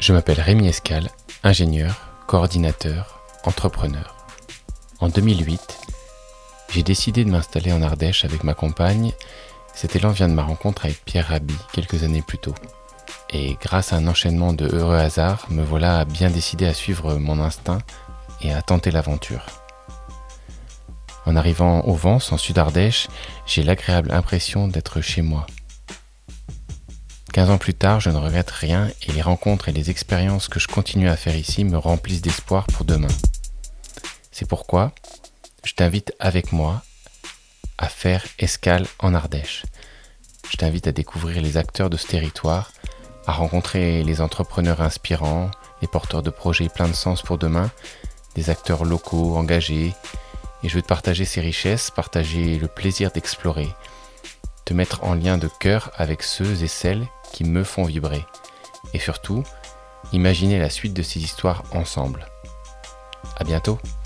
Je m'appelle Rémi Escal, ingénieur, coordinateur, entrepreneur. En 2008, j'ai décidé de m'installer en Ardèche avec ma compagne. Cet élan vient de ma rencontre avec Pierre Rabhi quelques années plus tôt. Et grâce à un enchaînement de heureux hasards, me voilà bien décidé à suivre mon instinct et à tenter l'aventure. En arrivant au Vence, en Sud-Ardèche, j'ai l'agréable impression d'être chez moi. 15 ans plus tard, je ne regrette rien et les rencontres et les expériences que je continue à faire ici me remplissent d'espoir pour demain. C'est pourquoi je t'invite avec moi à faire escale en Ardèche. Je t'invite à découvrir les acteurs de ce territoire, à rencontrer les entrepreneurs inspirants, les porteurs de projets pleins de sens pour demain, des acteurs locaux engagés. Et je veux te partager ces richesses, partager le plaisir d'explorer, te mettre en lien de cœur avec ceux et celles qui me font vibrer. Et surtout, imaginer la suite de ces histoires ensemble. À bientôt.